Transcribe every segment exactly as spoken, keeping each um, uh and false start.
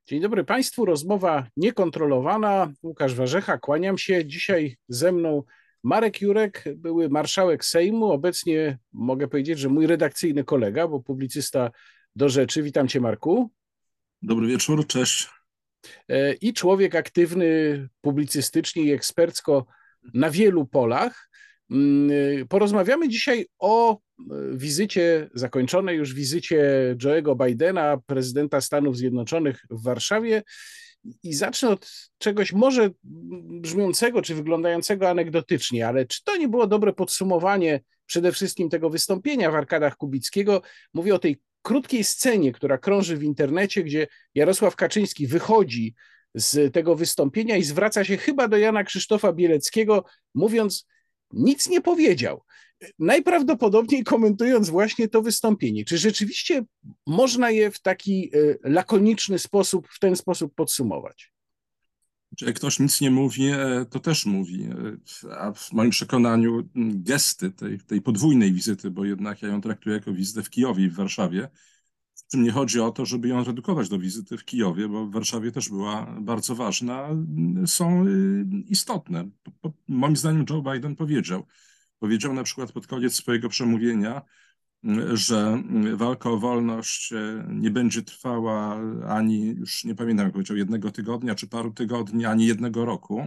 Dzień dobry Państwu. Rozmowa niekontrolowana. Łukasz Warzecha, kłaniam się. Dzisiaj ze mną Marek Jurek, były marszałek Sejmu, obecnie mogę powiedzieć, że mój redakcyjny kolega, bo publicysta do rzeczy. Witam Cię, Marku. Dobry wieczór, cześć. E, I człowiek aktywny publicystycznie i ekspercko na wielu polach. Mm, e, Porozmawiamy dzisiaj o e, wizycie, zakończonej już wizycie Joe'ego Bidena, prezydenta Stanów Zjednoczonych w Warszawie. I zacznę od czegoś może brzmiącego czy wyglądającego anegdotycznie, ale czy to nie było dobre podsumowanie przede wszystkim tego wystąpienia w Arkadach Kubickiego? Mówię o tej krótkiej scenie, która krąży w internecie, gdzie Jarosław Kaczyński wychodzi z tego wystąpienia i zwraca się chyba do Jana Krzysztofa Bieleckiego, mówiąc, nic nie powiedział. Najprawdopodobniej komentując właśnie to wystąpienie. Czy rzeczywiście można je w taki lakoniczny sposób, w ten sposób podsumować? Jak ktoś nic nie mówi, to też mówi. A w moim przekonaniu gesty tej, tej podwójnej wizyty, bo jednak ja ją traktuję jako wizytę w Kijowie i w Warszawie, w czym nie chodzi o to, żeby ją redukować do wizyty w Kijowie, bo w Warszawie też była bardzo ważna, są istotne. Moim zdaniem Joe Biden powiedział, powiedział na przykład pod koniec swojego przemówienia, że walka o wolność nie będzie trwała ani, już nie pamiętam jak powiedział, jednego tygodnia czy paru tygodni, ani jednego roku.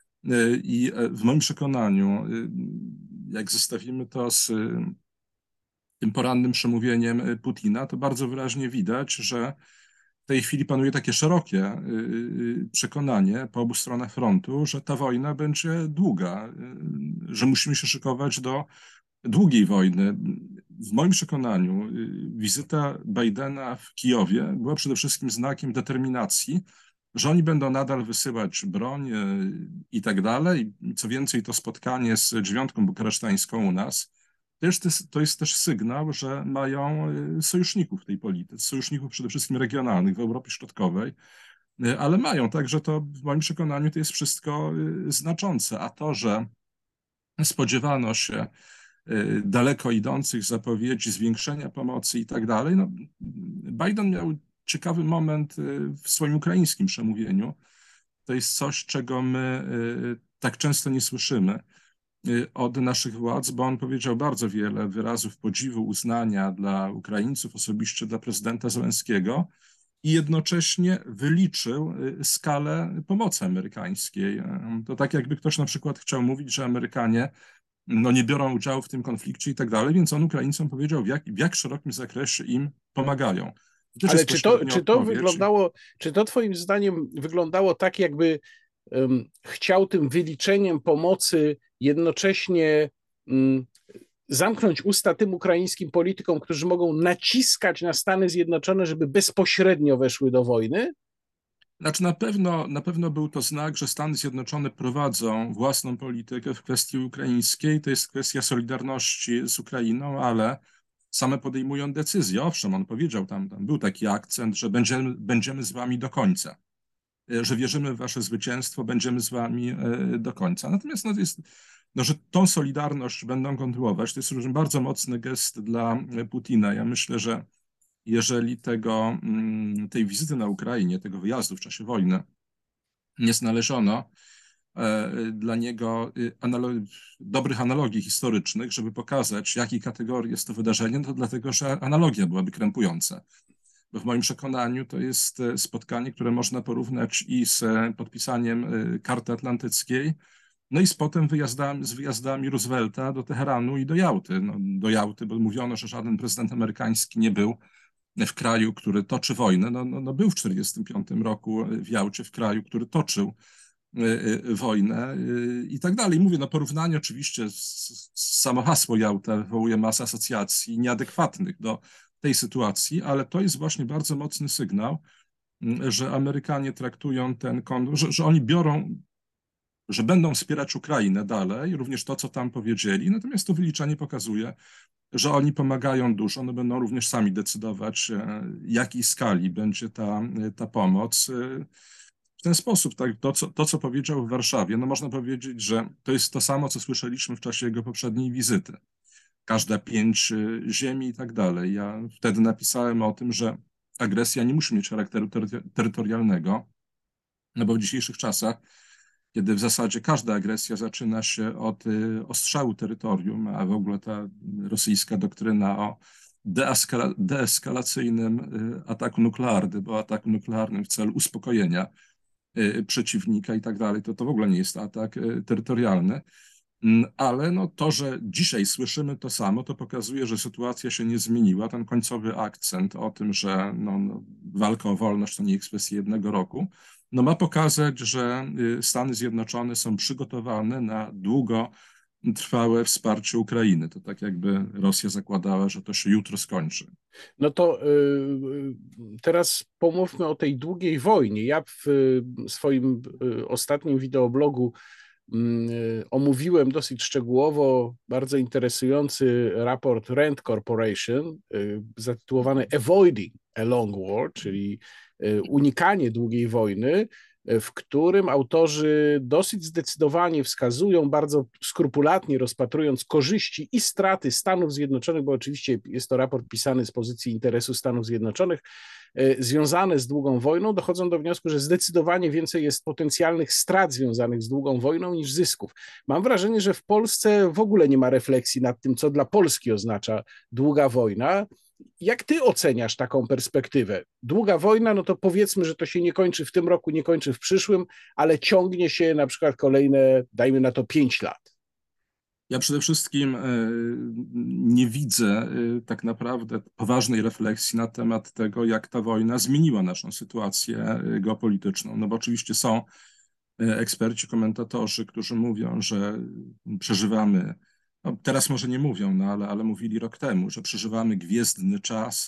I w moim przekonaniu, jak zestawimy to z tym porannym przemówieniem Putina, to bardzo wyraźnie widać, że w tej chwili panuje takie szerokie przekonanie po obu stronach frontu, że ta wojna będzie długa, że musimy się szykować do długiej wojny. W moim przekonaniu wizyta Bidena w Kijowie była przede wszystkim znakiem determinacji, że oni będą nadal wysyłać broń i tak dalej. Co więcej, to spotkanie z dziewiątką bukaresztańską u nas, to jest, to jest też sygnał, że mają sojuszników w tej polityce, sojuszników przede wszystkim regionalnych w Europie Środkowej, ale mają, także to w moim przekonaniu to jest wszystko znaczące, a to, że spodziewano się daleko idących zapowiedzi zwiększenia pomocy i tak dalej. No, Biden miał ciekawy moment w swoim ukraińskim przemówieniu. To jest coś, czego my tak często nie słyszymy od naszych władz, bo on powiedział bardzo wiele wyrazów podziwu, uznania dla Ukraińców, osobiście dla prezydenta Zełenskiego i jednocześnie wyliczył skalę pomocy amerykańskiej. To tak jakby ktoś na przykład chciał mówić, że Amerykanie no nie biorą udziału w tym konflikcie i tak dalej, więc on Ukraińcom powiedział, w jak, w jak szerokim zakresie im pomagają. To też Ale jest czy to, pośrednia czy to odpowiedź. wyglądało, czy to twoim zdaniem wyglądało tak, jakby um, chciał tym wyliczeniem pomocy jednocześnie um, zamknąć usta tym ukraińskim politykom, którzy mogą naciskać na Stany Zjednoczone, żeby bezpośrednio weszły do wojny? Znaczy na pewno, na pewno był to znak, że Stany Zjednoczone prowadzą własną politykę w kwestii ukraińskiej. To jest kwestia solidarności z Ukrainą, ale same podejmują decyzje. Owszem, on powiedział tam, tam był taki akcent, że będziemy, będziemy z wami do końca, że wierzymy w wasze zwycięstwo, będziemy z wami do końca. Natomiast no, to jest, no, że tą solidarność będą kontynuować, to jest bardzo mocny gest dla Putina. Ja myślę, że jeżeli tego, tej wizyty na Ukrainie, tego wyjazdu w czasie wojny nie znaleziono dla niego analog, dobrych analogii historycznych, żeby pokazać, jakiej kategorii jest to wydarzenie, no to dlatego, że analogia byłaby krępująca. Bo w moim przekonaniu to jest spotkanie, które można porównać i z podpisaniem Karty Atlantyckiej, no i z potem wyjazdami, z wyjazdami Roosevelta do Teheranu i do Jałty. No, do Jałty, bo mówiono, że żaden prezydent amerykański nie był w kraju, który toczy wojnę. No, no, no był w tysiąc dziewięćset czterdziestym piątym roku w Jałcie, w kraju, który toczył wojnę i tak dalej. Mówię, no porównanie oczywiście, z, samo hasło Jałta wywołuje masę asocjacji nieadekwatnych do tej sytuacji, ale to jest właśnie bardzo mocny sygnał, że Amerykanie traktują ten konflikt, że, że oni biorą, że będą wspierać Ukrainę dalej, również to, co tam powiedzieli, natomiast to wyliczenie pokazuje, że oni pomagają dużo, one będą również sami decydować, jakiej skali będzie ta, ta pomoc. W ten sposób, tak, to co, to, co powiedział w Warszawie, no można powiedzieć, że to jest to samo, co słyszeliśmy w czasie jego poprzedniej wizyty. Każda pięć ziemi i tak dalej. Ja wtedy napisałem o tym, że agresja nie musi mieć charakteru terytorialnego, no bo w dzisiejszych czasach, kiedy w zasadzie każda agresja zaczyna się od ostrzału terytorium, a w ogóle ta rosyjska doktryna o deeskala deeskalacyjnym ataku nuklearnym, bo ataku nuklearnym w celu uspokojenia przeciwnika i tak dalej, to to w ogóle nie jest atak terytorialny. Ale no to, że dzisiaj słyszymy to samo, to pokazuje, że sytuacja się nie zmieniła. Ten końcowy akcent o tym, że no, no, walka o wolność to nie jest kwestia jednego roku, no ma pokazać, że Stany Zjednoczone są przygotowane na długotrwałe wsparcie Ukrainy. To tak jakby Rosja zakładała, że to się jutro skończy. No to y, teraz pomówmy o tej długiej wojnie. Ja w swoim ostatnim wideoblogu omówiłem dosyć szczegółowo bardzo interesujący raport Rand Corporation zatytułowany Avoiding a Long War, czyli unikanie długiej wojny, w którym autorzy dosyć zdecydowanie wskazują, bardzo skrupulatnie rozpatrując korzyści i straty Stanów Zjednoczonych, bo oczywiście jest to raport pisany z pozycji interesu Stanów Zjednoczonych, związane z długą wojną, dochodzą do wniosku, że zdecydowanie więcej jest potencjalnych strat związanych z długą wojną niż zysków. Mam wrażenie, że w Polsce w ogóle nie ma refleksji nad tym, co dla Polski oznacza długa wojna. Jak ty oceniasz taką perspektywę? Długa wojna, no to powiedzmy, że to się nie kończy w tym roku, nie kończy w przyszłym, ale ciągnie się na przykład kolejne, dajmy na to pięć lat. Ja przede wszystkim nie widzę tak naprawdę poważnej refleksji na temat tego, jak ta wojna zmieniła naszą sytuację geopolityczną. No bo oczywiście są eksperci, komentatorzy, którzy mówią, że przeżywamy, no teraz może nie mówią, no ale, ale mówili rok temu, że przeżywamy gwiezdny czas,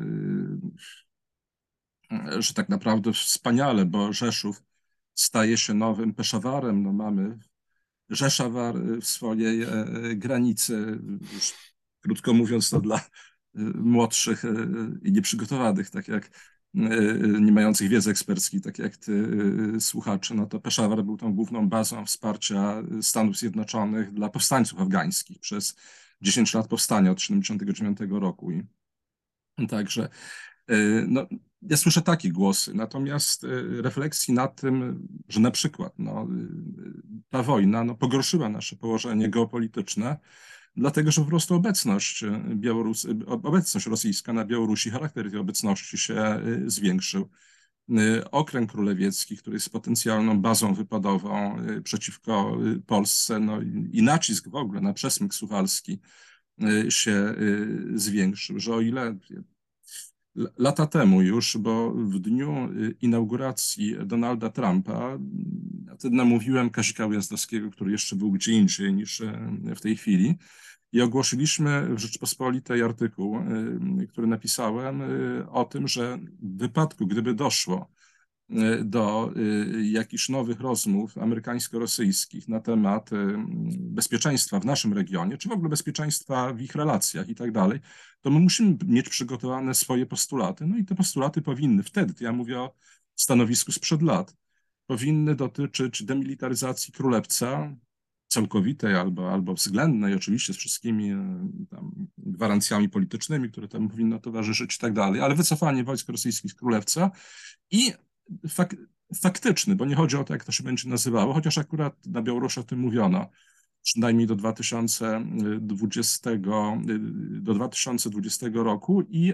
że tak naprawdę wspaniale, bo Rzeszów staje się nowym Peszawarem, no mamy Rzeszawar w swojej granicy, już krótko mówiąc to dla młodszych i nieprzygotowanych, tak jak nie mających wiedzy eksperckiej, tak jak ty, słuchacze, no to Peszawar był tą główną bazą wsparcia Stanów Zjednoczonych dla powstańców afgańskich przez dziesięć lat powstania od tysiąc dziewięćset siedemdziesiątego dziewiątego roku. I także no, ja słyszę takie głosy, natomiast refleksji nad tym, że na przykład no, ta wojna no, pogorszyła nasze położenie geopolityczne, dlatego że po prostu obecność, Białorus obecność rosyjska na Białorusi, charakter tej obecności się zwiększył. Okręg Królewiecki, który jest potencjalną bazą wypadową przeciwko Polsce, no, i nacisk w ogóle na przesmyk suwalski się zwiększył, że o ile lata temu już, bo w dniu inauguracji Donalda Trumpa, ja wtedy namówiłem Kazika Ujazdowskiego, który jeszcze był gdzie indziej niż w tej chwili, i ogłosiliśmy w Rzeczpospolitej artykuł, który napisałem o tym, że w wypadku, gdyby doszło do jakichś nowych rozmów amerykańsko-rosyjskich na temat bezpieczeństwa w naszym regionie, czy w ogóle bezpieczeństwa w ich relacjach i tak dalej, to my musimy mieć przygotowane swoje postulaty. No i te postulaty powinny wtedy, to ja mówię o stanowisku sprzed lat, powinny dotyczyć demilitaryzacji Królewca, całkowitej albo, albo względnej, oczywiście z wszystkimi tam gwarancjami politycznymi, które temu powinno towarzyszyć i tak dalej, ale wycofanie wojsk rosyjskich z Królewca i fak faktyczny, bo nie chodzi o to, jak to się będzie nazywało, chociaż akurat na Białorusi o tym mówiono, przynajmniej do dwa tysiące dwudziestego, do dwa tysiące dwudziestego roku i,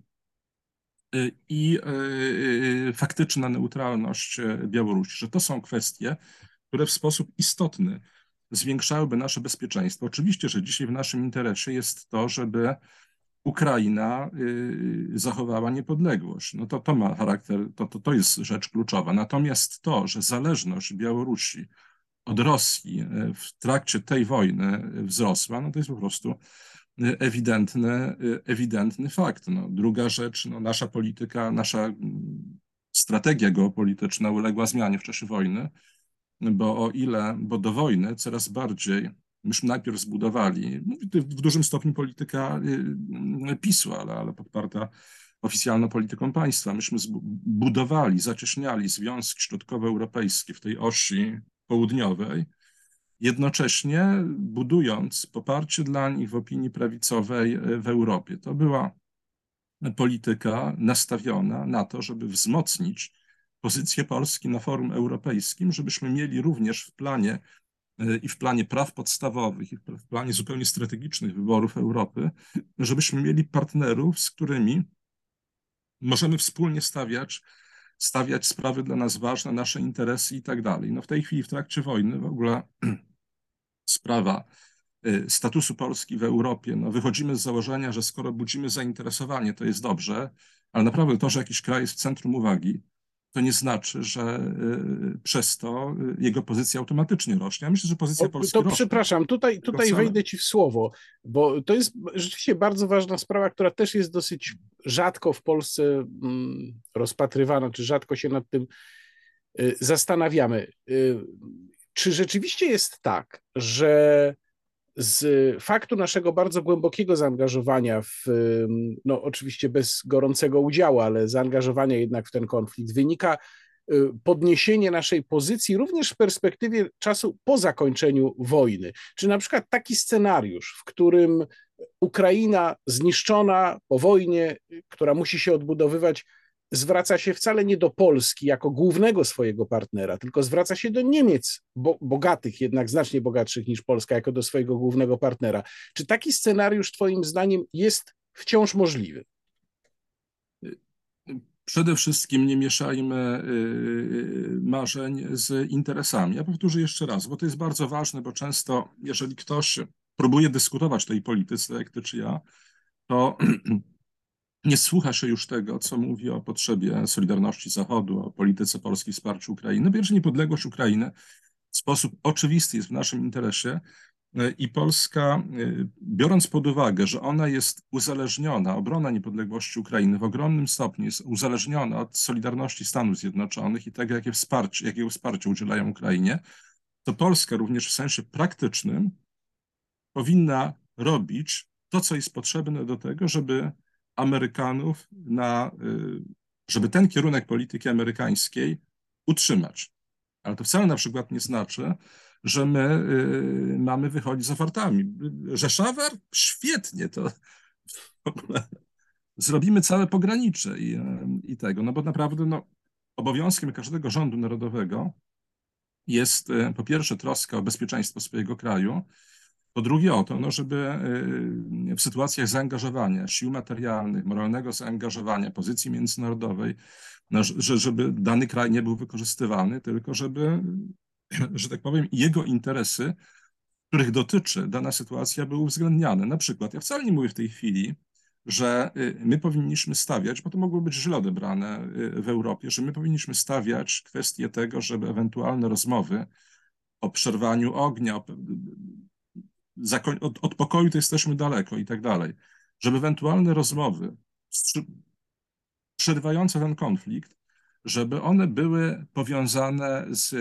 i faktyczna neutralność Białorusi, że to są kwestie, które w sposób istotny zwiększałyby nasze bezpieczeństwo. Oczywiście, że dzisiaj w naszym interesie jest to, żeby Ukraina zachowała niepodległość. No to, to ma charakter, to, to, to jest rzecz kluczowa. Natomiast to, że zależność Białorusi od Rosji w trakcie tej wojny wzrosła, no to jest po prostu ewidentny, ewidentny fakt. No, druga rzecz, no, nasza polityka, nasza strategia geopolityczna uległa zmianie w czasie wojny, bo o ile, bo do wojny coraz bardziej myśmy najpierw zbudowali, w dużym stopniu polityka PiSu, ale, ale podparta oficjalną polityką państwa, myśmy budowali, zacieśniali związki środkowoeuropejskie w tej osi południowej, jednocześnie budując poparcie dla nich w opinii prawicowej w Europie. To była polityka nastawiona na to, żeby wzmocnić pozycję Polski na forum europejskim, żebyśmy mieli również w planie i w planie praw podstawowych, i w planie zupełnie strategicznych wyborów Europy, żebyśmy mieli partnerów, z którymi możemy wspólnie stawiać, stawiać sprawy dla nas ważne, nasze interesy i tak dalej. No w tej chwili w trakcie wojny w ogóle sprawa statusu Polski w Europie, no wychodzimy z założenia, że skoro budzimy zainteresowanie, to jest dobrze, ale naprawdę to, że jakiś kraj jest w centrum uwagi, to nie znaczy, że przez to jego pozycja automatycznie rośnie. Ja myślę, że pozycja O, Polski to rośnie. przepraszam, tutaj, tutaj wcale... wejdę ci w słowo, bo to jest rzeczywiście bardzo ważna sprawa, która też jest dosyć rzadko w Polsce mm, rozpatrywana, czy rzadko się nad tym y, zastanawiamy. Y, czy rzeczywiście jest tak, że z faktu naszego bardzo głębokiego zaangażowania w, no oczywiście bez gorącego udziału, ale zaangażowania jednak w ten konflikt, wynika podniesienie naszej pozycji również w perspektywie czasu po zakończeniu wojny? Czy na przykład taki scenariusz, w którym Ukraina zniszczona po wojnie, która musi się odbudowywać, zwraca się wcale nie do Polski jako głównego swojego partnera, tylko zwraca się do Niemiec, bo, bogatych, jednak znacznie bogatszych niż Polska, jako do swojego głównego partnera. Czy taki scenariusz twoim zdaniem jest wciąż możliwy? Przede wszystkim nie mieszajmy marzeń z interesami. Ja powtórzę jeszcze raz, bo to jest bardzo ważne, bo często, jeżeli ktoś próbuje dyskutować o tej polityce, jak ty czy ja, to nie słucha się już tego, co mówi o potrzebie solidarności Zachodu, o polityce polskiej wsparciu Ukrainy. Po pierwsze, niepodległość Ukrainy w sposób oczywisty jest w naszym interesie i Polska, biorąc pod uwagę, że ona jest uzależniona, obrona niepodległości Ukrainy w ogromnym stopniu jest uzależniona od solidarności Stanów Zjednoczonych i tego, jakie wsparcie, jakiego wsparcia udzielają Ukrainie, to Polska również w sensie praktycznym powinna robić to, co jest potrzebne do tego, żeby Amerykanów na, żeby ten kierunek polityki amerykańskiej utrzymać. Ale to wcale na przykład nie znaczy, że my mamy wychodzić z ofertami. Że Szawar? Świetnie, to w ogóle zrobimy całe pogranicze i, i tego, no bo naprawdę no, obowiązkiem każdego rządu narodowego jest po pierwsze troska o bezpieczeństwo swojego kraju, po drugie o to, no, żeby w sytuacjach zaangażowania sił materialnych, moralnego zaangażowania, pozycji międzynarodowej, no, że, żeby dany kraj nie był wykorzystywany, tylko żeby, że tak powiem, jego interesy, których dotyczy dana sytuacja, były uwzględniane. Na przykład, ja wcale nie mówię w tej chwili, że my powinniśmy stawiać, bo to mogło być źle odebrane w Europie, że my powinniśmy stawiać kwestię tego, żeby ewentualne rozmowy o przerwaniu ognia, o Od, od pokoju to jesteśmy daleko i tak dalej. Żeby ewentualne rozmowy przerywające ten konflikt, żeby one były powiązane z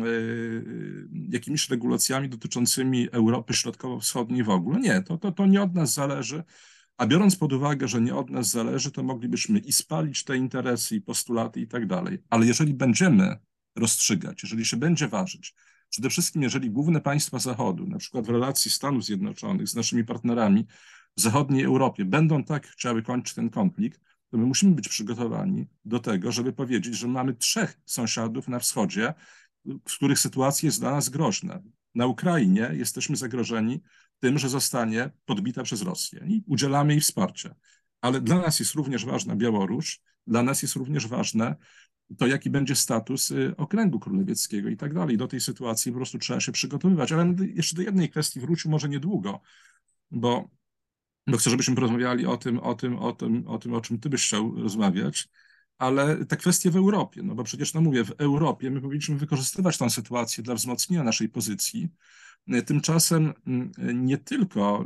y, jakimiś regulacjami dotyczącymi Europy Środkowo-Wschodniej w ogóle. Nie, to, to, to nie od nas zależy. A biorąc pod uwagę, że nie od nas zależy, to moglibyśmy i spalić te interesy, i postulaty i tak dalej. Ale jeżeli będziemy rozstrzygać, jeżeli się będzie ważyć, przede wszystkim jeżeli główne państwa Zachodu, na przykład w relacji Stanów Zjednoczonych z naszymi partnerami w zachodniej Europie, będą tak chciały kończyć ten konflikt, to my musimy być przygotowani do tego, żeby powiedzieć, że mamy trzech sąsiadów na wschodzie, w których sytuacja jest dla nas groźna. Na Ukrainie jesteśmy zagrożeni tym, że zostanie podbita przez Rosję i udzielamy jej wsparcia. Ale dla nas jest również ważna Białoruś, dla nas jest również ważne to, jaki będzie status okręgu królewieckiego i tak dalej. Do tej sytuacji po prostu trzeba się przygotowywać. Ale jeszcze do jednej kwestii wrócił może niedługo, bo, bo chcę, żebyśmy porozmawiali o tym, o tym, o tym, o tym, o czym ty byś chciał rozmawiać, ale te kwestie w Europie, no bo przecież, no mówię, w Europie my powinniśmy wykorzystywać tę sytuację dla wzmocnienia naszej pozycji. Tymczasem nie tylko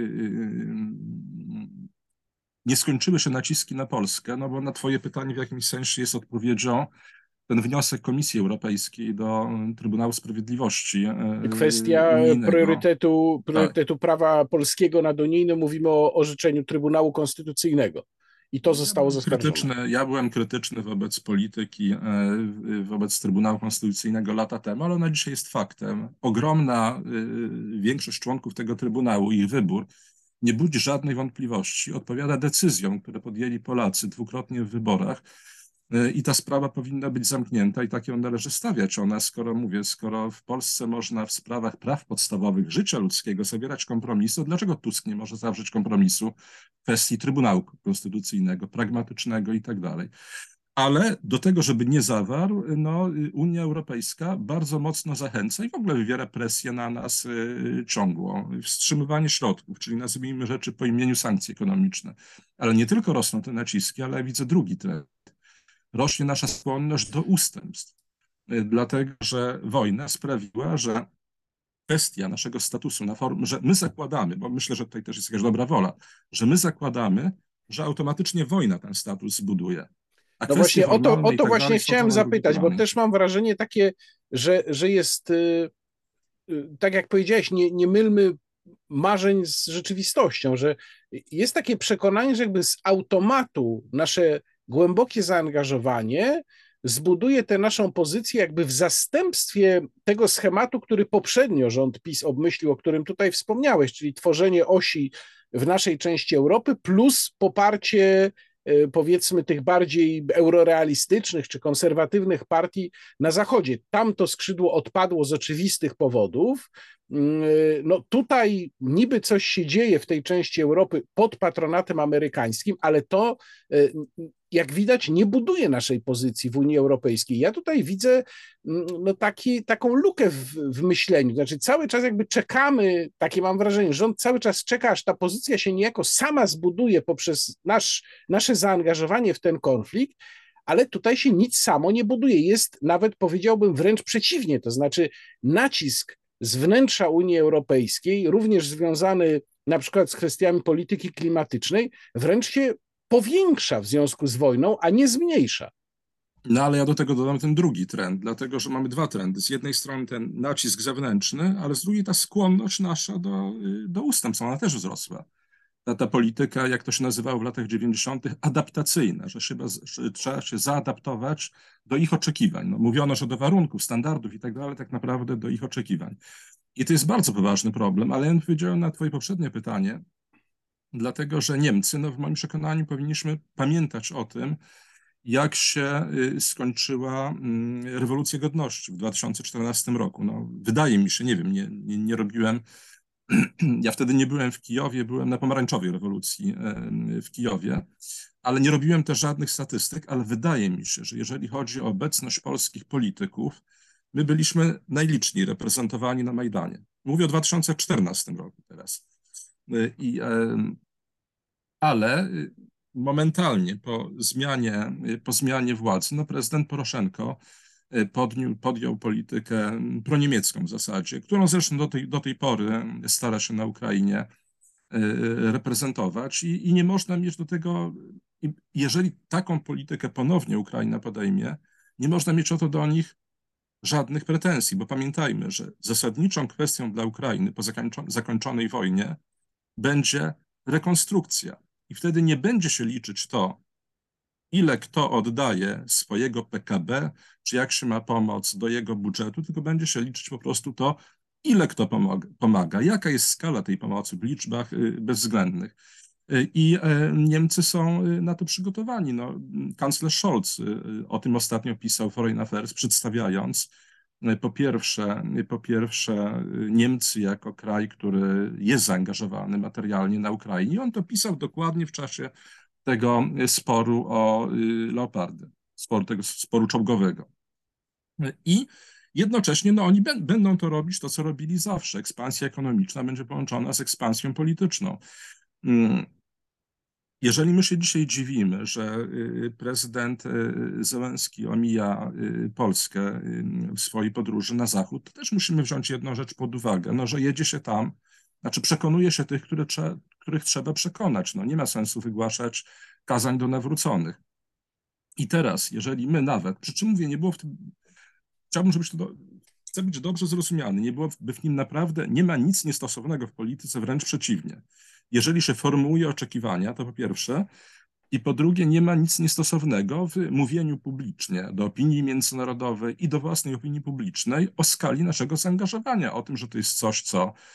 nie skończyły się naciski na Polskę, no bo na twoje pytanie w jakimś sensie jest odpowiedzią ten wniosek Komisji Europejskiej do Trybunału Sprawiedliwości Kwestia unijnego. priorytetu, priorytetu tak. prawa polskiego nad unijnym, mówimy o orzeczeniu Trybunału Konstytucyjnego. I to zostało ja zaskarżone. Ja byłem krytyczny wobec polityki, wobec Trybunału Konstytucyjnego lata temu, ale ona dzisiaj jest faktem. Ogromna większość członków tego Trybunału, ich wybór nie budzi żadnej wątpliwości, odpowiada decyzjom, które podjęli Polacy dwukrotnie w wyborach. I ta sprawa powinna być zamknięta i tak ją należy stawiać. Ona, skoro mówię, skoro w Polsce można w sprawach praw podstawowych życia ludzkiego zawierać kompromisy, dlaczego Tusk nie może zawrzeć kompromisu w kwestii Trybunału Konstytucyjnego, pragmatycznego i tak dalej. Ale do tego, żeby nie zawarł, no, Unia Europejska bardzo mocno zachęca i w ogóle wywiera presję na nas y, ciągłą. Wstrzymywanie środków, czyli nazwijmy rzeczy po imieniu sankcje ekonomiczne. Ale nie tylko rosną te naciski, ale ja widzę drugi trend. Rośnie nasza skłonność do ustępstw, y, dlatego że wojna sprawiła, że kwestia naszego statusu, na form, że my zakładamy, bo myślę, że tutaj też jest jakaś dobra wola, że my zakładamy, że automatycznie wojna ten status zbuduje. A No właśnie o to, o to tak właśnie dalej chciałem zapytać, bo też mam wrażenie takie, że, że jest, y, y, tak jak powiedziałeś, nie, nie mylmy marzeń z rzeczywistością, że jest takie przekonanie, że jakby z automatu nasze głębokie zaangażowanie zbuduje tę naszą pozycję jakby w zastępstwie tego schematu, który poprzednio rząd PiS obmyślił, o którym tutaj wspomniałeś, czyli tworzenie osi w naszej części Europy plus poparcie powiedzmy tych bardziej eurorealistycznych czy konserwatywnych partii na Zachodzie. Tam to skrzydło odpadło z oczywistych powodów. No tutaj niby coś się dzieje w tej części Europy pod patronatem amerykańskim, ale to jak widać nie buduje naszej pozycji w Unii Europejskiej. Ja tutaj widzę no, taki, taką lukę w, w myśleniu, znaczy cały czas jakby czekamy, takie mam wrażenie, rząd cały czas czeka, aż ta pozycja się niejako sama zbuduje poprzez nasz, nasze zaangażowanie w ten konflikt, ale tutaj się nic samo nie buduje. Jest nawet, powiedziałbym, wręcz przeciwnie, to znaczy nacisk z wnętrza Unii Europejskiej, również związany na przykład z kwestiami polityki klimatycznej, wręcz się powiększa w związku z wojną, a nie zmniejsza. No ale ja do tego dodam ten drugi trend, dlatego że mamy dwa trendy. Z jednej strony ten nacisk zewnętrzny, ale z drugiej ta skłonność nasza do, do ustępstw, ona też wzrosła. Ta, ta polityka, jak to się nazywało w latach dziewięćdziesiątych, adaptacyjna, że, się, że trzeba się zaadaptować do ich oczekiwań. No, mówiono, że do warunków, standardów i tak dalej, tak naprawdę do ich oczekiwań. I to jest bardzo poważny problem, ale ja powiedziałem na twoje poprzednie pytanie, dlatego że Niemcy, no w moim przekonaniu powinniśmy pamiętać o tym, jak się skończyła rewolucja godności w dwa tysiące czternastym roku. No, wydaje mi się, nie wiem, nie, nie, nie robiłem, ja wtedy nie byłem w Kijowie, byłem na pomarańczowej rewolucji w Kijowie, ale nie robiłem też żadnych statystyk, ale wydaje mi się, że jeżeli chodzi o obecność polskich polityków, my byliśmy najliczniej reprezentowani na Majdanie. Mówię o dwa tysiące czternastym roku teraz. I, ale momentalnie po zmianie, po zmianie władzy, no prezydent Poroszenko podniósł, podjął politykę proniemiecką w zasadzie, którą zresztą do tej, do tej pory stara się na Ukrainie reprezentować i, i nie można mieć do tego, jeżeli taką politykę ponownie Ukraina podejmie, nie można mieć o to do nich żadnych pretensji, bo pamiętajmy, że zasadniczą kwestią dla Ukrainy po zakończonej wojnie będzie rekonstrukcja. I wtedy nie będzie się liczyć to, ile kto oddaje swojego P K B, czy jak się ma pomoc do jego budżetu, tylko będzie się liczyć po prostu to, ile kto pomaga, pomaga jaka jest skala tej pomocy w liczbach bezwzględnych. I Niemcy są na to przygotowani. No, kanclerz Scholz o tym ostatnio pisał w Foreign Affairs, przedstawiając po pierwsze, po pierwsze Niemcy jako kraj, który jest zaangażowany materialnie na Ukrainie. I on to pisał dokładnie w czasie tego sporu o Leopardy, sporu, tego sporu czołgowego. I jednocześnie no, oni będą to robić to, co robili zawsze. Ekspansja ekonomiczna będzie połączona z ekspansją polityczną. Jeżeli my się dzisiaj dziwimy, że prezydent Zełenski omija Polskę w swojej podróży na zachód, to też musimy wziąć jedną rzecz pod uwagę, no, że jedzie się tam, znaczy przekonuje się tych, które trze, których trzeba przekonać. No, nie ma sensu wygłaszać kazań do nawróconych. I teraz, jeżeli my nawet, przy czym mówię, nie było w tym, chciałbym, żebyś to, do, chcę być dobrze zrozumiany, nie byłoby w nim naprawdę, nie ma nic niestosownego w polityce, wręcz przeciwnie. Jeżeli się formułuje oczekiwania, to po pierwsze, i po drugie nie ma nic niestosownego w mówieniu publicznie do opinii międzynarodowej i do własnej opinii publicznej o skali naszego zaangażowania, o tym, że to jest coś, co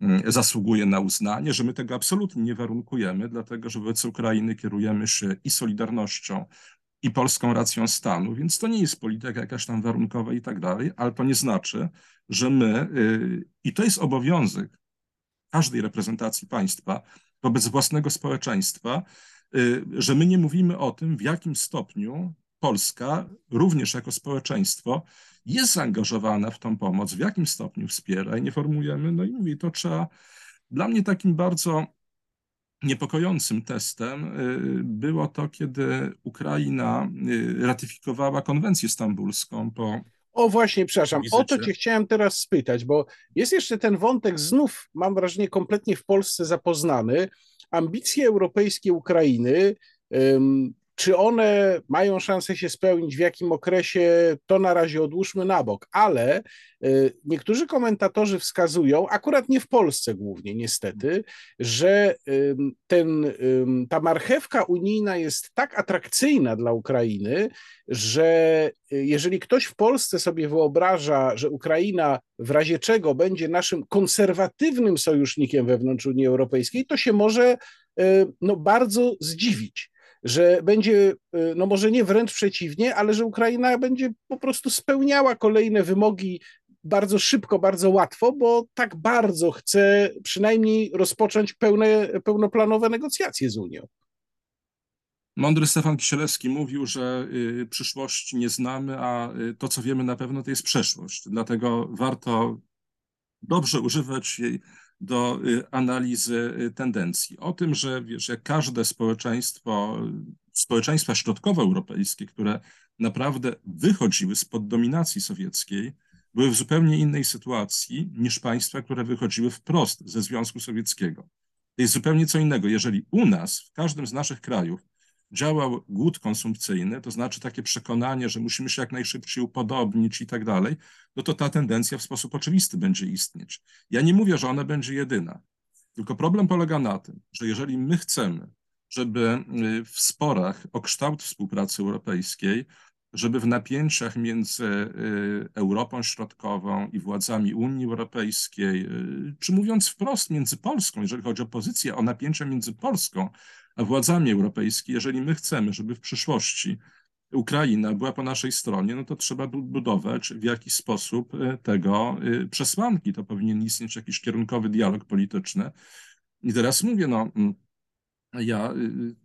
zasługuje na uznanie, że my tego absolutnie nie warunkujemy, dlatego że wobec Ukrainy kierujemy się i solidarnością, i polską racją stanu, więc to nie jest polityka jakaś tam warunkowa i tak dalej, ale to nie znaczy, że my, i to jest obowiązek każdej reprezentacji państwa wobec własnego społeczeństwa, że my nie mówimy o tym, w jakim stopniu Polska, również jako społeczeństwo, jest zaangażowana w tą pomoc, w jakim stopniu wspiera i nie formujemy. No i mówię, to trzeba, dla mnie takim bardzo niepokojącym testem było to, kiedy Ukraina ratyfikowała konwencję stambulską po O właśnie, przepraszam, o to wizycie. cię chciałem teraz spytać, bo jest jeszcze ten wątek znów, mam wrażenie, kompletnie w Polsce zapoznany. Ambicje europejskie Ukrainy, ym, czy one mają szansę się spełnić, w jakim okresie, to na razie odłóżmy na bok, ale y, niektórzy komentatorzy wskazują, akurat nie w Polsce głównie niestety, że ym, ten, ym, ta marchewka unijna jest tak atrakcyjna dla Ukrainy, że jeżeli ktoś w Polsce sobie wyobraża, że Ukraina w razie czego będzie naszym konserwatywnym sojusznikiem wewnątrz Unii Europejskiej, to się może no, bardzo zdziwić, że będzie, no może nie wręcz przeciwnie, ale że Ukraina będzie po prostu spełniała kolejne wymogi bardzo szybko, bardzo łatwo, bo tak bardzo chce przynajmniej rozpocząć pełne, pełnoplanowe negocjacje z Unią. Mądry Stefan Kisielewski mówił, że y, przyszłości nie znamy, a y, to, co wiemy na pewno, to jest przeszłość. Dlatego warto dobrze używać jej do y, analizy y, tendencji. O tym, że wiesz, jak każde społeczeństwo, społeczeństwa środkowoeuropejskie, które naprawdę wychodziły spod dominacji sowieckiej, były w zupełnie innej sytuacji niż państwa, które wychodziły wprost ze Związku Sowieckiego. To jest zupełnie co innego. Jeżeli u nas, w każdym z naszych krajów, działał głód konsumpcyjny, to znaczy takie przekonanie, że musimy się jak najszybciej upodobnić i tak dalej, no to ta tendencja w sposób oczywisty będzie istnieć. Ja nie mówię, że ona będzie jedyna, tylko problem polega na tym, że jeżeli my chcemy, żeby w sporach o kształt współpracy europejskiej, żeby w napięciach między Europą Środkową i władzami Unii Europejskiej, czy mówiąc wprost między Polską, jeżeli chodzi o pozycję, o napięcia między Polską a władzami europejskimi, jeżeli my chcemy, żeby w przyszłości Ukraina była po naszej stronie, no to trzeba budować w jakiś sposób tego przesłanki. To powinien istnieć jakiś kierunkowy dialog polityczny. I teraz mówię, no ja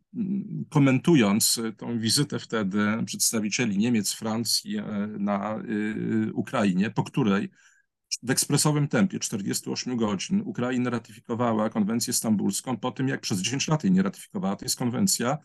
komentując tą wizytę wtedy przedstawicieli Niemiec, Francji na Ukrainie, po której w ekspresowym tempie czterdziestu ośmiu godzin Ukraina ratyfikowała konwencję stambulską po tym, jak przez dziesięć lat jej nie ratyfikowała. To jest konwencja,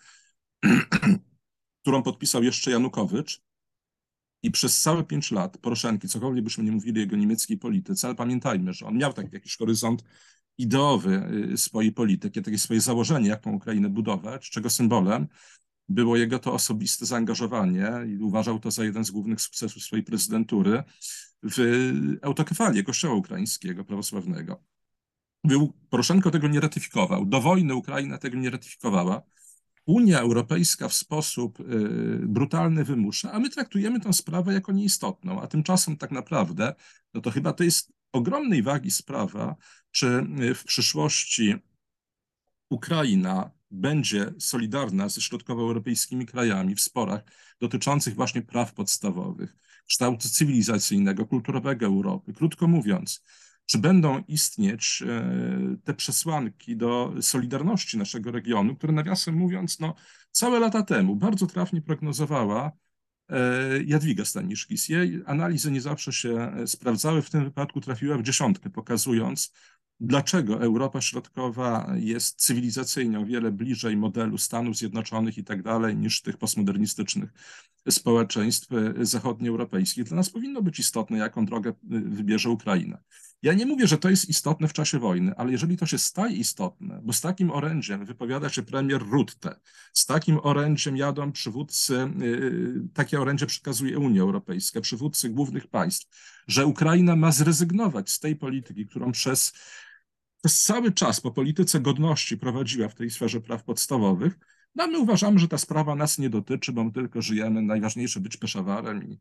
którą podpisał jeszcze Janukowycz i przez całe pięć lat Poroszenki, cokolwiek byśmy nie mówili o jego niemieckiej polityce, ale pamiętajmy, że on miał taki jakiś horyzont ideowy swojej polityki, takie swoje założenie, jak tą Ukrainę budować, czego symbolem było jego to osobiste zaangażowanie i uważał to za jeden z głównych sukcesów swojej prezydentury w autokefalię Kościoła Ukraińskiego, prawosławnego. Poroszenko tego nie ratyfikował. Do wojny Ukraina tego nie ratyfikowała. Unia Europejska w sposób y, brutalny wymusza, a my traktujemy tę sprawę jako nieistotną, a tymczasem tak naprawdę, no to chyba to jest ogromnej wagi sprawa, czy w przyszłości Ukraina będzie solidarna ze środkowoeuropejskimi krajami w sporach dotyczących właśnie praw podstawowych, kształtu cywilizacyjnego, kulturowego Europy. Krótko mówiąc, czy będą istnieć te przesłanki do solidarności naszego regionu, które nawiasem mówiąc, no, całe lata temu bardzo trafnie prognozowała Jadwiga Staniszkis. Jej analizy nie zawsze się sprawdzały, w tym wypadku trafiła w dziesiątkę, pokazując, dlaczego Europa Środkowa jest cywilizacyjnie o wiele bliżej modelu Stanów Zjednoczonych i tak dalej niż tych postmodernistycznych społeczeństw zachodnioeuropejskich. Dla nas powinno być istotne, jaką drogę wybierze Ukraina. Ja nie mówię, że to jest istotne w czasie wojny, ale jeżeli to się staje istotne, bo z takim orędziem wypowiada się premier Rutte, z takim orędziem jadą przywódcy, takie orędzie przekazuje Unia Europejska, przywódcy głównych państw, że Ukraina ma zrezygnować z tej polityki, którą przez, przez cały czas po polityce godności prowadziła w tej sferze praw podstawowych, no my uważamy, że ta sprawa nas nie dotyczy, bo my tylko żyjemy, najważniejsze być Peszawarem i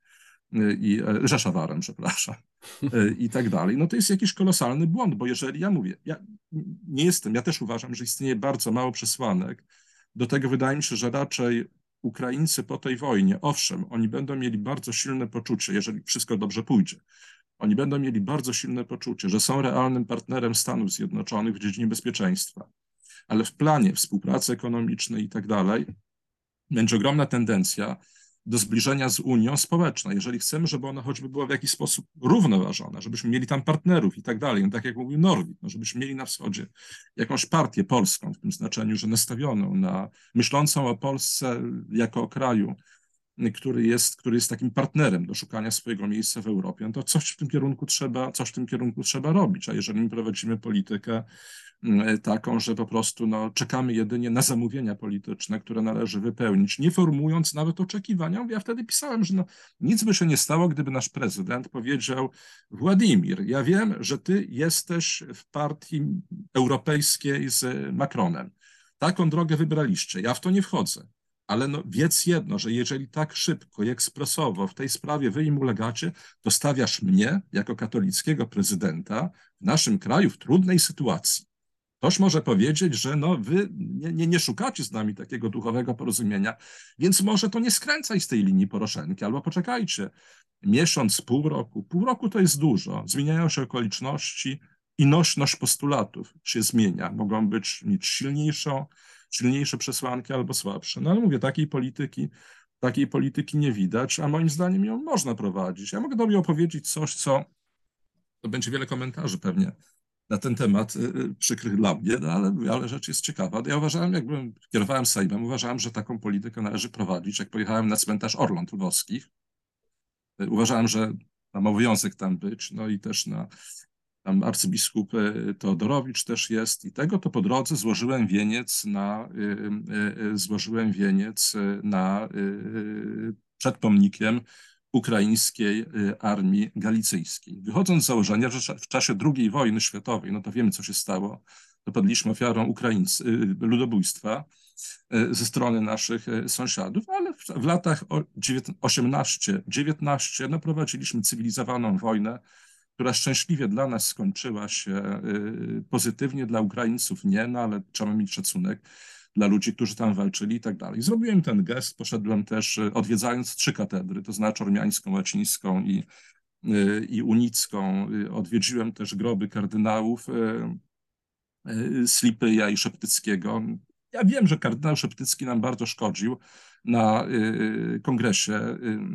i Rzeszowarem, przepraszam, i tak dalej. No to jest jakiś kolosalny błąd, bo jeżeli ja mówię, ja nie jestem, ja też uważam, że istnieje bardzo mało przesłanek. Do tego wydaje mi się, że raczej Ukraińcy po tej wojnie, owszem, oni będą mieli bardzo silne poczucie, jeżeli wszystko dobrze pójdzie. Oni będą mieli bardzo silne poczucie, że są realnym partnerem Stanów Zjednoczonych w dziedzinie bezpieczeństwa, ale w planie współpracy ekonomicznej i tak dalej będzie ogromna tendencja do zbliżenia z Unią społeczną, jeżeli chcemy, żeby ona choćby była w jakiś sposób równoważona, żebyśmy mieli tam partnerów i tak dalej, no tak jak mówił Norwid, no żebyśmy mieli na wschodzie jakąś partię polską, w tym znaczeniu, że nastawioną na, myślącą o Polsce jako o kraju, który jest, który jest takim partnerem do szukania swojego miejsca w Europie, no to coś w tym kierunku trzeba, coś w tym kierunku trzeba robić, a jeżeli my prowadzimy politykę taką, że po prostu no, czekamy jedynie na zamówienia polityczne, które należy wypełnić, nie formułując nawet oczekiwania. Ja wtedy pisałem, że no, nic by się nie stało, gdyby nasz prezydent powiedział: Władimir, ja wiem, że ty jesteś w partii europejskiej z Macronem. Taką drogę wybraliście, ja w to nie wchodzę. Ale no, wiedz jedno, że jeżeli tak szybko i ekspresowo w tej sprawie wy im ulegacie, to stawiasz mnie, jako katolickiego prezydenta, w naszym kraju w trudnej sytuacji. Ktoś może powiedzieć, że no wy nie, nie, nie szukacie z nami takiego duchowego porozumienia, więc może to nie skręcaj z tej linii Poroszenki, albo poczekajcie miesiąc, pół roku. Pół roku to jest dużo. Zmieniają się okoliczności i nośność postulatów się zmienia. Mogą być mieć silniejszą, silniejsze przesłanki albo słabsze. No ale mówię, takiej polityki, takiej polityki nie widać, a moim zdaniem ją można prowadzić. Ja mogę tobie opowiedzieć coś, co to będzie wiele komentarzy pewnie na ten temat y, przykrych dla mnie, no, ale, ale rzecz jest ciekawa. Ja uważałem, jak byłem, kierowałem Sejmem, uważałem, że taką politykę należy prowadzić. Jak pojechałem na cmentarz Orląt Lwowskich, y, uważałem, że mam obowiązek tam być, no i też na tam arcybiskup Teodorowicz też jest i tego, to po drodze złożyłem wieniec na, y, y, złożyłem wieniec na, y, przed pomnikiem ukraińskiej armii galicyjskiej. Wychodząc z założenia, że w czasie drugiej wojny światowej, no to wiemy, co się stało, to padliśmy ofiarą Ukraińcy, ludobójstwa ze strony naszych sąsiadów, ale w, w latach osiemnaście dziewiętnaście no, prowadziliśmy cywilizowaną wojnę, która szczęśliwie dla nas skończyła się pozytywnie, dla Ukraińców nie, no ale trzeba mieć szacunek dla ludzi, którzy tam walczyli i tak dalej. Zrobiłem ten gest, poszedłem też, odwiedzając trzy katedry, to znaczy ormiańską, łacińską i, i unicką. Odwiedziłem też groby kardynałów Slipeja i Szeptyckiego. Ja wiem, że kardynał Szeptycki nam bardzo szkodził na kongresie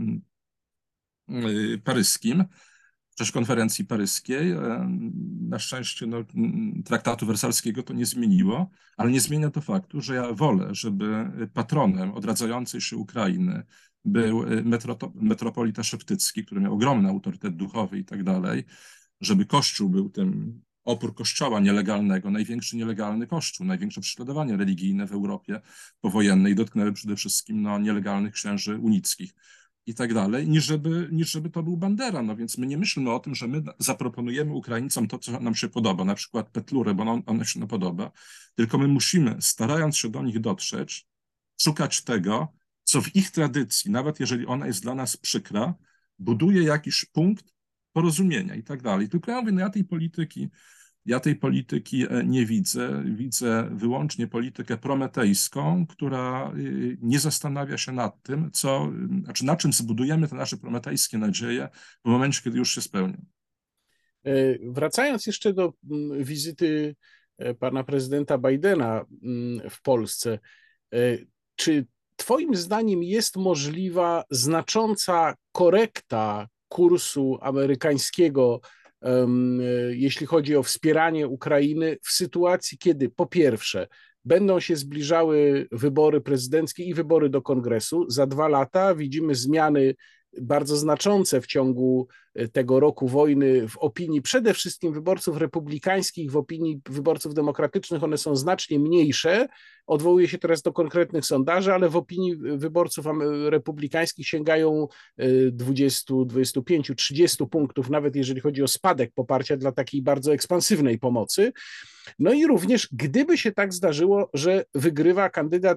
paryskim, w czasie konferencji paryskiej. Na szczęście no, traktatu wersalskiego to nie zmieniło, ale nie zmienia to faktu, że ja wolę, żeby patronem odradzającej się Ukrainy był metropolita Szeptycki, który miał ogromny autorytet duchowy i tak dalej, żeby Kościół był tym, opór Kościoła nielegalnego, największy nielegalny Kościół, największe prześladowanie religijne w Europie powojennej dotknęły przede wszystkim no, nielegalnych księży unickich i tak dalej, niż żeby, niż żeby to był Bandera. No więc my nie myślimy o tym, że my zaproponujemy Ukraińcom to, co nam się podoba, na przykład Petlurę, bo on, ona się nam podoba, tylko my musimy, starając się do nich dotrzeć, szukać tego, co w ich tradycji, nawet jeżeli ona jest dla nas przykra, buduje jakiś punkt porozumienia i tak dalej. Tylko ja mówię, no ja tej polityki, ja tej polityki nie widzę. Widzę wyłącznie politykę prometejską, która nie zastanawia się nad tym, co, znaczy na czym zbudujemy te nasze prometejskie nadzieje w momencie, kiedy już się spełnią. Wracając jeszcze do wizyty pana prezydenta Bidena w Polsce, czy twoim zdaniem jest możliwa znacząca korekta kursu amerykańskiego, jeśli chodzi o wspieranie Ukrainy w sytuacji, kiedy po pierwsze będą się zbliżały wybory prezydenckie i wybory do Kongresu. Za dwa lata widzimy zmiany bardzo znaczące w ciągu tego roku wojny w opinii przede wszystkim wyborców republikańskich, w opinii wyborców demokratycznych one są znacznie mniejsze. Odwołuję się teraz do konkretnych sondaży, ale w opinii wyborców republikańskich sięgają dwadzieścia, dwadzieścia pięć, trzydzieści punktów, nawet jeżeli chodzi o spadek poparcia dla takiej bardzo ekspansywnej pomocy. No i również, gdyby się tak zdarzyło, że wygrywa kandydat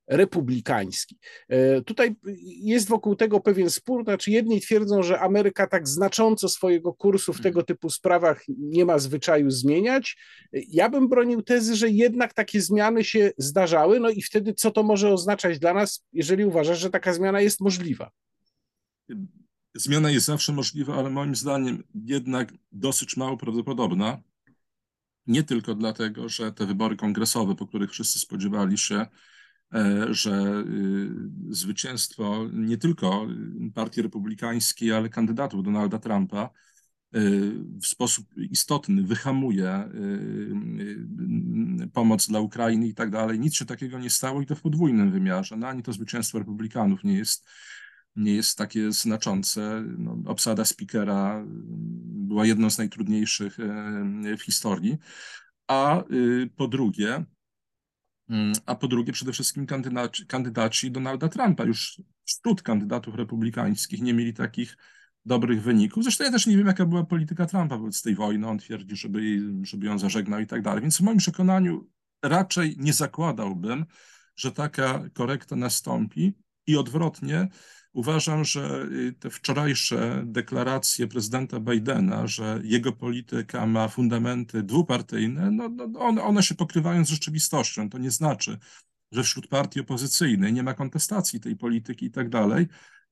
republikański. Tutaj jest wokół tego pewien spór, znaczy jedni twierdzą, że Ameryka tak znacząco swojego kursu w tego typu sprawach nie ma zwyczaju zmieniać. Ja bym bronił tezy, że jednak takie zmiany się zdarzały, no i wtedy co to może oznaczać dla nas, jeżeli uważasz, że taka zmiana jest możliwa? Zmiana jest zawsze możliwa, ale moim zdaniem jednak dosyć mało prawdopodobna. Nie tylko dlatego, że te wybory kongresowe, po których wszyscy spodziewali się, że zwycięstwo nie tylko Partii Republikańskiej, ale kandydatów Donalda Trumpa w sposób istotny wyhamuje pomoc dla Ukrainy i tak dalej. Nic się takiego nie stało i to w podwójnym wymiarze. No, ani to zwycięstwo Republikanów nie jest, nie jest takie znaczące. No, obsada speakera była jedną z najtrudniejszych w historii. A po drugie, A po drugie, przede wszystkim kandydaci, kandydaci Donalda Trumpa. Już wśród kandydatów republikańskich nie mieli takich dobrych wyników. Zresztą ja też nie wiem, jaka była polityka Trumpa wobec tej wojny. On twierdzi, żeby, jej, żeby ją zażegnał i tak dalej. Więc w moim przekonaniu raczej nie zakładałbym, że taka korekta nastąpi i odwrotnie. Uważam, że te wczorajsze deklaracje prezydenta Bidena, że jego polityka ma fundamenty dwupartyjne, no, no one, one się pokrywają z rzeczywistością. To nie znaczy, że wśród partii opozycyjnej nie ma kontestacji tej polityki i tak dalej.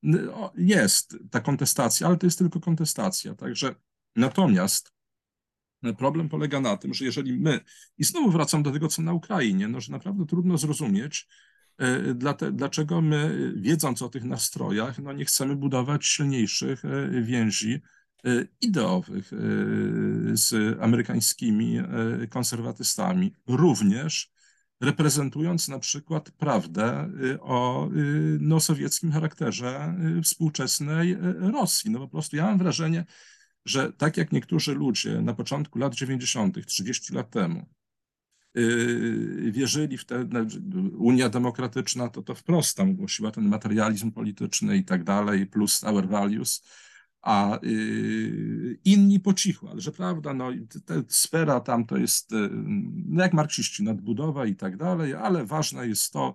Jest ta kontestacja, ale to jest tylko kontestacja. Także natomiast problem polega na tym, że jeżeli my, i znowu wracam do tego, co na Ukrainie, no, że naprawdę trudno zrozumieć, dlaczego my, wiedząc o tych nastrojach, no nie chcemy budować silniejszych więzi ideowych z amerykańskimi konserwatystami, również reprezentując na przykład prawdę o no, sowieckim charakterze współczesnej Rosji. No po prostu ja mam wrażenie, że tak jak niektórzy ludzie na początku lat dziewięćdziesiątych, trzydzieści lat temu, wierzyli w te, Unia Demokratyczna to, to wprost tam głosiła ten materializm polityczny i tak dalej, plus our values, a inni po cichu, ale że prawda, no ta sfera tam to jest, no jak marksiści, nadbudowa i tak dalej, ale ważne jest to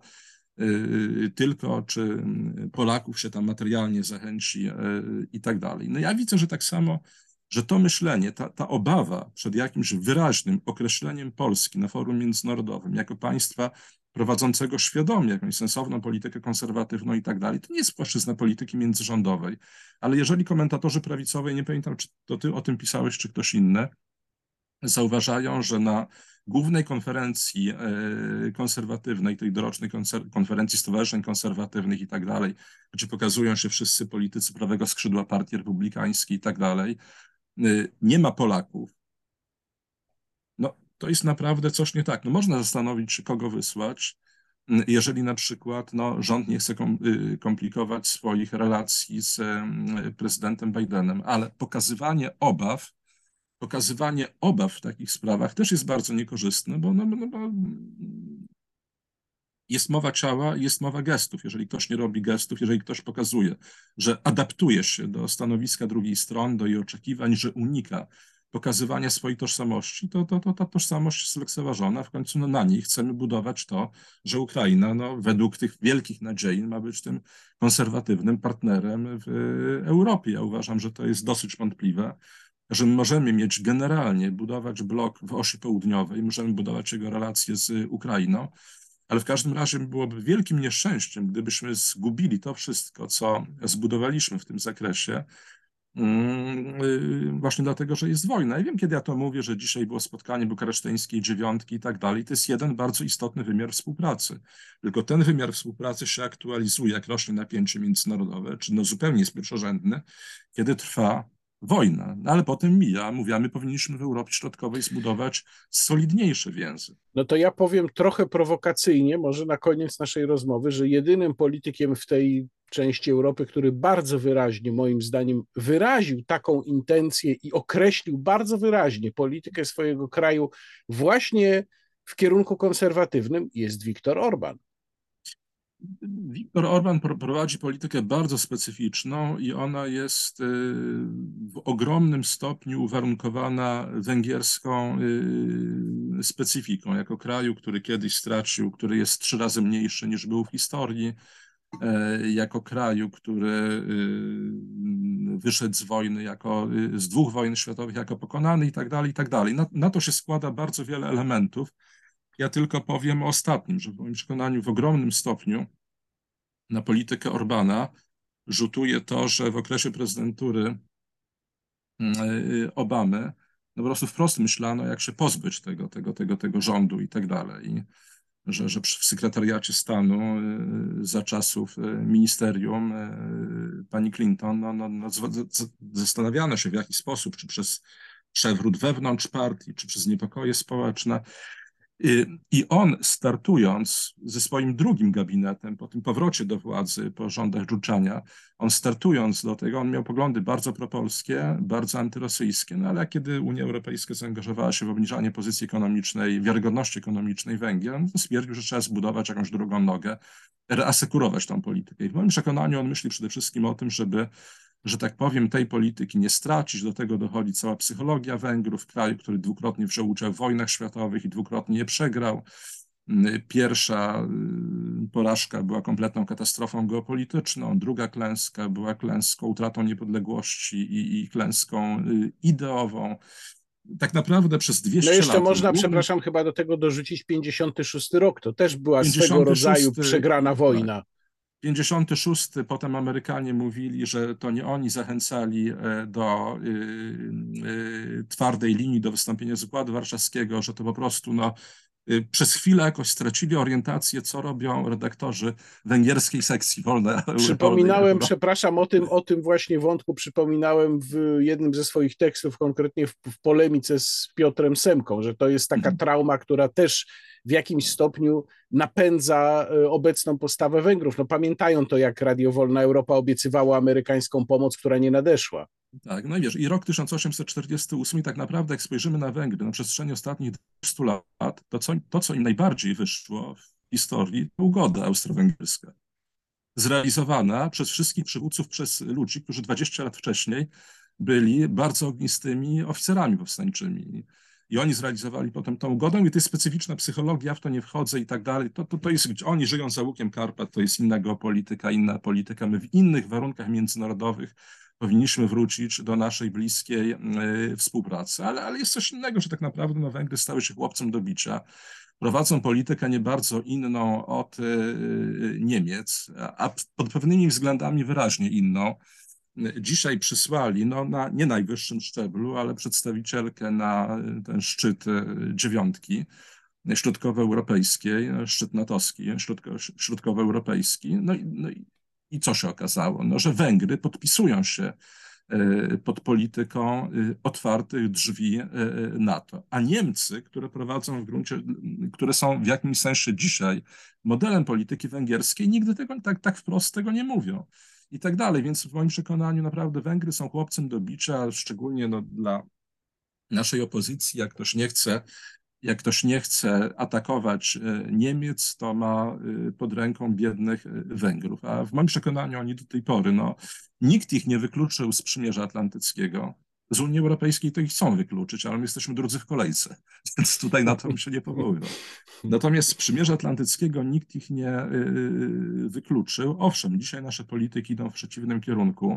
tylko, czy Polaków się tam materialnie zachęci i tak dalej. No ja widzę, że tak samo, że to myślenie, ta, ta obawa przed jakimś wyraźnym określeniem Polski na forum międzynarodowym jako państwa prowadzącego świadomie jakąś sensowną politykę konserwatywną i tak dalej, to nie jest płaszczyzna polityki międzyrządowej. Ale jeżeli komentatorzy prawicowej, nie pamiętam, czy to ty o tym pisałeś, czy ktoś inny, zauważają, że na głównej konferencji konserwatywnej, tej dorocznej konferencji stowarzyszeń konserwatywnych i tak dalej, gdzie pokazują się wszyscy politycy prawego skrzydła partii republikańskiej i tak dalej, nie ma Polaków, no to jest naprawdę coś nie tak. No można zastanowić się, kogo wysłać, jeżeli na przykład no, rząd nie chce komplikować swoich relacji z prezydentem Bidenem, ale pokazywanie obaw, pokazywanie obaw w takich sprawach też jest bardzo niekorzystne, bo, no, no, bo jest mowa ciała, jest mowa gestów. Jeżeli ktoś nie robi gestów, jeżeli ktoś pokazuje, że adaptuje się do stanowiska drugiej strony, do jej oczekiwań, że unika pokazywania swojej tożsamości, to, to, to ta tożsamość jest lekceważona. W końcu no, na niej chcemy budować to, że Ukraina no, według tych wielkich nadziei ma być tym konserwatywnym partnerem w Europie. Ja uważam, że to jest dosyć wątpliwe, że możemy mieć generalnie budować blok w osi południowej, możemy budować jego relacje z Ukrainą, ale w każdym razie byłoby wielkim nieszczęściem, gdybyśmy zgubili to wszystko, co zbudowaliśmy w tym zakresie, właśnie dlatego, że jest wojna. I wiem, kiedy ja to mówię, że dzisiaj było spotkanie bukareszteńskiej dziewiątki i tak dalej, to jest jeden bardzo istotny wymiar współpracy. Tylko ten wymiar współpracy się aktualizuje, jak rośnie napięcie międzynarodowe, czy no zupełnie jest pierwszorzędny, kiedy trwa wojna. No ale potem mija, mówię, my powinniśmy w Europie Środkowej zbudować solidniejsze więzy. No to ja powiem trochę prowokacyjnie, może na koniec naszej rozmowy, że jedynym politykiem w tej części Europy, który bardzo wyraźnie, moim zdaniem, wyraził taką intencję i określił bardzo wyraźnie politykę swojego kraju właśnie w kierunku konserwatywnym, jest Viktor Orban. Viktor Orban prowadzi politykę bardzo specyficzną i ona jest w ogromnym stopniu uwarunkowana węgierską specyfiką. Jako kraju, który kiedyś stracił, który jest trzy razy mniejszy niż był w historii, jako kraju, który wyszedł z wojny, jako, z dwóch wojen światowych jako pokonany i tak dalej, i tak dalej. Na, na to się składa bardzo wiele elementów. Ja tylko powiem o ostatnim, że w moim przekonaniu w ogromnym stopniu na politykę Orbana rzutuje to, że w okresie prezydentury Obamy no po prostu wprost myślano, jak się pozbyć tego, tego, tego, tego rządu i tak dalej. I że, że w sekretariacie stanu za czasów ministerium pani Clinton no, no, no, zastanawiano się, w jaki sposób, czy przez przewrót wewnątrz partii, czy przez niepokoje społeczne. I on, startując ze swoim drugim gabinetem, po tym powrocie do władzy, po rządach Giuliania, on startując do tego, on miał poglądy bardzo propolskie, bardzo antyrosyjskie, no ale kiedy Unia Europejska zaangażowała się w obniżanie pozycji ekonomicznej, wiarygodności ekonomicznej Węgier, no to stwierdził, że trzeba zbudować jakąś drugą nogę, reasekurować tą politykę. I w moim przekonaniu on myśli przede wszystkim o tym, żeby, że tak powiem, tej polityki nie stracić. Do tego dochodzi cała psychologia Węgrów, kraju, który dwukrotnie wziął udział w wojnach światowych i dwukrotnie je przegrał. Pierwsza porażka była kompletną katastrofą geopolityczną, druga klęska była klęską, utratą niepodległości i, i klęską ideową. Tak naprawdę przez dwieście lat. No jeszcze lat, można, głównym... przepraszam, chyba do tego dorzucić pięćdziesiąty szósty rok. To też była swego pięćdziesiąty szósty rodzaju przegrana wojna. Tak. pięćdziesiąty szósty potem Amerykanie mówili, że to nie oni zachęcali do y, y, twardej linii, do wystąpienia z Układu Warszawskiego, że to po prostu no, y, przez chwilę jakoś stracili orientację, co robią redaktorzy węgierskiej sekcji wolnej. Przypominałem, przepraszam, o tym, o tym właśnie wątku przypominałem w jednym ze swoich tekstów, konkretnie w, w polemice z Piotrem Semką, że to jest taka mhm. trauma, która też w jakimś stopniu napędza obecną postawę Węgrów. No pamiętają to, jak Radio Wolna Europa obiecywało amerykańską pomoc, która nie nadeszła. Tak, no i wiesz, i rok tysiąc osiemset czterdziesty ósmy i tak naprawdę jak spojrzymy na Węgry na przestrzeni ostatnich dwudziestu lat, to co, to co im najbardziej wyszło w historii, to ugoda austro-węgierska. Zrealizowana przez wszystkich przywódców, przez ludzi, którzy dwadzieścia lat wcześniej byli bardzo ognistymi oficerami powstańczymi. I oni zrealizowali potem tą ugodę i to jest specyficzna psychologia, w to nie wchodzę i tak dalej. To, to, to jest, oni żyją za łukiem Karpat, to jest inna geopolityka, inna polityka. My w innych warunkach międzynarodowych powinniśmy wrócić do naszej bliskiej y, współpracy. Ale, ale jest coś innego, że tak naprawdę no, Węgry stały się chłopcem do bicia. Prowadzą politykę nie bardzo inną od y, Niemiec, a pod pewnymi względami wyraźnie inną. Dzisiaj przysłali, no na nie najwyższym szczeblu, ale przedstawicielkę na ten szczyt dziewiątki środkowoeuropejskiej, szczyt natowski, środko, środkowoeuropejski. No, i, no i, i co się okazało? No, że Węgry podpisują się pod polityką otwartych drzwi NATO. A Niemcy, które prowadzą w gruncie, które są w jakimś sensie dzisiaj modelem polityki węgierskiej, nigdy tego tak, tak wprost tego nie mówią. I tak dalej. Więc w moim przekonaniu naprawdę Węgry są chłopcem do bicia, szczególnie no, dla naszej opozycji. Jak ktoś nie chce, jak ktoś nie chce atakować Niemiec, to ma pod ręką biednych Węgrów. A w moim przekonaniu oni do tej pory, no, nikt ich nie wykluczył z Przymierza Atlantyckiego. Z Unii Europejskiej to ich chcą wykluczyć, ale my jesteśmy drudzy w kolejce, więc tutaj na to bym się nie powoływał. Natomiast z Przymierza Atlantyckiego nikt ich nie yy, wykluczył. Owszem, dzisiaj nasze polityki idą w przeciwnym kierunku,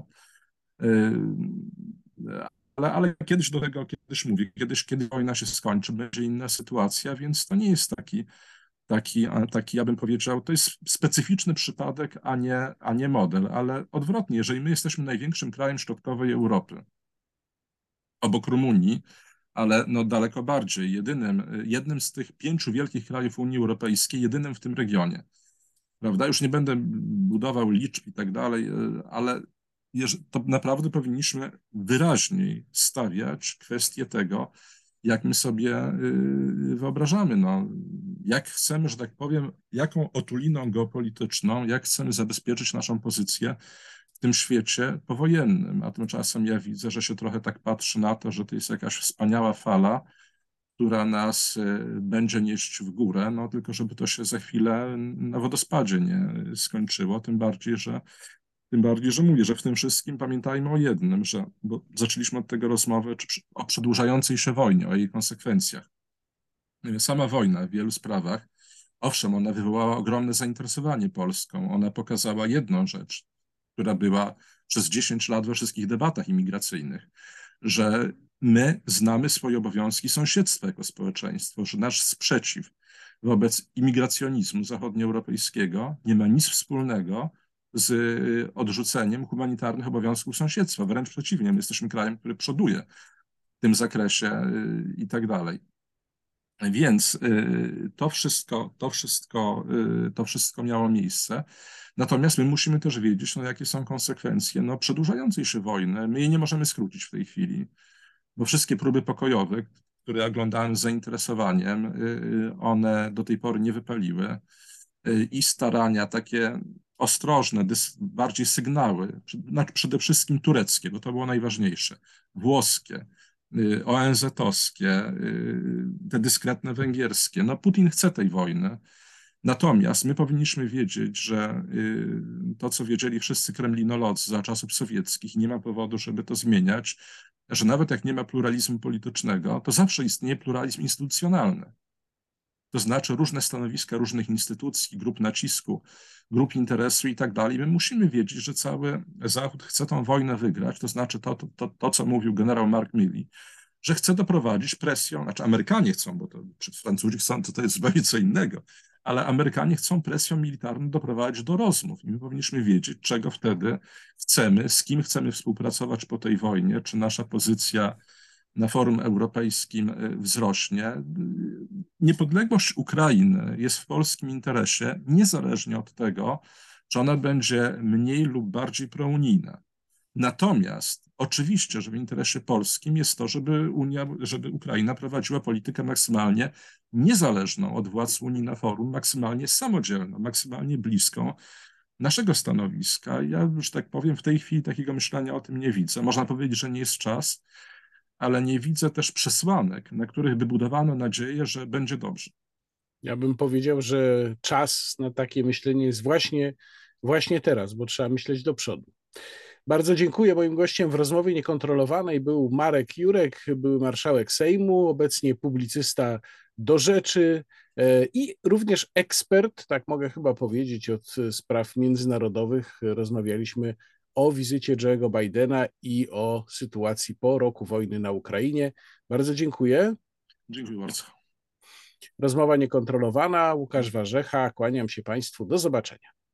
yy, ale, ale kiedyś do tego, kiedyś mówię, kiedyś, kiedy wojna się skończy, będzie inna sytuacja, więc to nie jest taki, taki, taki, ja bym powiedział, to jest specyficzny przypadek, a nie, a nie model, ale odwrotnie, jeżeli my jesteśmy największym krajem środkowej Europy, obok Rumunii, ale no daleko bardziej, jedynym, jednym z tych pięciu wielkich krajów Unii Europejskiej, jedynym w tym regionie. Prawda? Już nie będę budował liczb i tak dalej, ale to naprawdę powinniśmy wyraźniej stawiać kwestię tego, jak my sobie wyobrażamy, no, jak chcemy, że tak powiem, jaką otuliną geopolityczną, jak chcemy zabezpieczyć naszą pozycję w tym świecie powojennym, a tymczasem ja widzę, że się trochę tak patrzy na to, że to jest jakaś wspaniała fala, która nas będzie nieść w górę, no tylko żeby to się za chwilę na wodospadzie nie skończyło, tym bardziej, że tym bardziej, że mówię, że w tym wszystkim pamiętajmy o jednym, że bo zaczęliśmy od tego rozmowy czy, o przedłużającej się wojnie, o jej konsekwencjach. Sama wojna w wielu sprawach, owszem, ona wywołała ogromne zainteresowanie Polską. Ona pokazała jedną rzecz, która była przez dziesięć lat we wszystkich debatach imigracyjnych, że my znamy swoje obowiązki sąsiedztwa jako społeczeństwo, że nasz sprzeciw wobec imigracjonizmu zachodnioeuropejskiego nie ma nic wspólnego z odrzuceniem humanitarnych obowiązków sąsiedztwa. Wręcz przeciwnie, my jesteśmy krajem, który przoduje w tym zakresie i tak dalej. Więc to wszystko, to wszystko, to wszystko miało miejsce. Natomiast my musimy też wiedzieć, no, jakie są konsekwencje no, przedłużającej się wojny. My jej nie możemy skrócić w tej chwili, bo wszystkie próby pokojowe, które oglądałem z zainteresowaniem, one do tej pory nie wypaliły. I starania takie ostrożne, bardziej sygnały, przede wszystkim tureckie, bo to było najważniejsze, włoskie, O N Z-owskie, te dyskretne węgierskie. No Putin chce tej wojny. Natomiast my powinniśmy wiedzieć, że to, co wiedzieli wszyscy kremlinolodzy za czasów sowieckich, nie ma powodu, żeby to zmieniać, że nawet jak nie ma pluralizmu politycznego, to zawsze istnieje pluralizm instytucjonalny. To znaczy różne stanowiska różnych instytucji, grup nacisku, grup interesu i tak dalej. My musimy wiedzieć, że cały Zachód chce tą wojnę wygrać, to znaczy to, to, to, to co mówił generał Mark Milley, że chce doprowadzić presją, znaczy Amerykanie chcą, bo to Francuzi chcą, to, to jest zupełnie co innego, ale Amerykanie chcą presją militarną doprowadzić do rozmów i my powinniśmy wiedzieć, czego wtedy chcemy, z kim chcemy współpracować po tej wojnie, czy nasza pozycja na forum europejskim wzrośnie. Niepodległość Ukrainy jest w polskim interesie, niezależnie od tego, czy ona będzie mniej lub bardziej prounijna. Natomiast oczywiście, że w interesie polskim jest to, żeby Unia, żeby Ukraina prowadziła politykę maksymalnie niezależną od władz Unii na forum, maksymalnie samodzielną, maksymalnie bliską naszego stanowiska. Ja, że tak powiem, w tej chwili takiego myślenia o tym nie widzę. Można powiedzieć, że nie jest czas, ale nie widzę też przesłanek, na których by budowano nadzieję, że będzie dobrze. Ja bym powiedział, że czas na takie myślenie jest właśnie, właśnie teraz, bo trzeba myśleć do przodu. Bardzo dziękuję. Moim gościem w rozmowie niekontrolowanej był Marek Jurek, były marszałek Sejmu, obecnie publicysta do rzeczy i również ekspert, tak mogę chyba powiedzieć, od spraw międzynarodowych. Rozmawialiśmy o wizycie Joe'ego Bidena i o sytuacji po roku wojny na Ukrainie. Bardzo dziękuję. Dziękuję bardzo. Rozmowa niekontrolowana. Łukasz Warzecha. Kłaniam się Państwu. Do zobaczenia.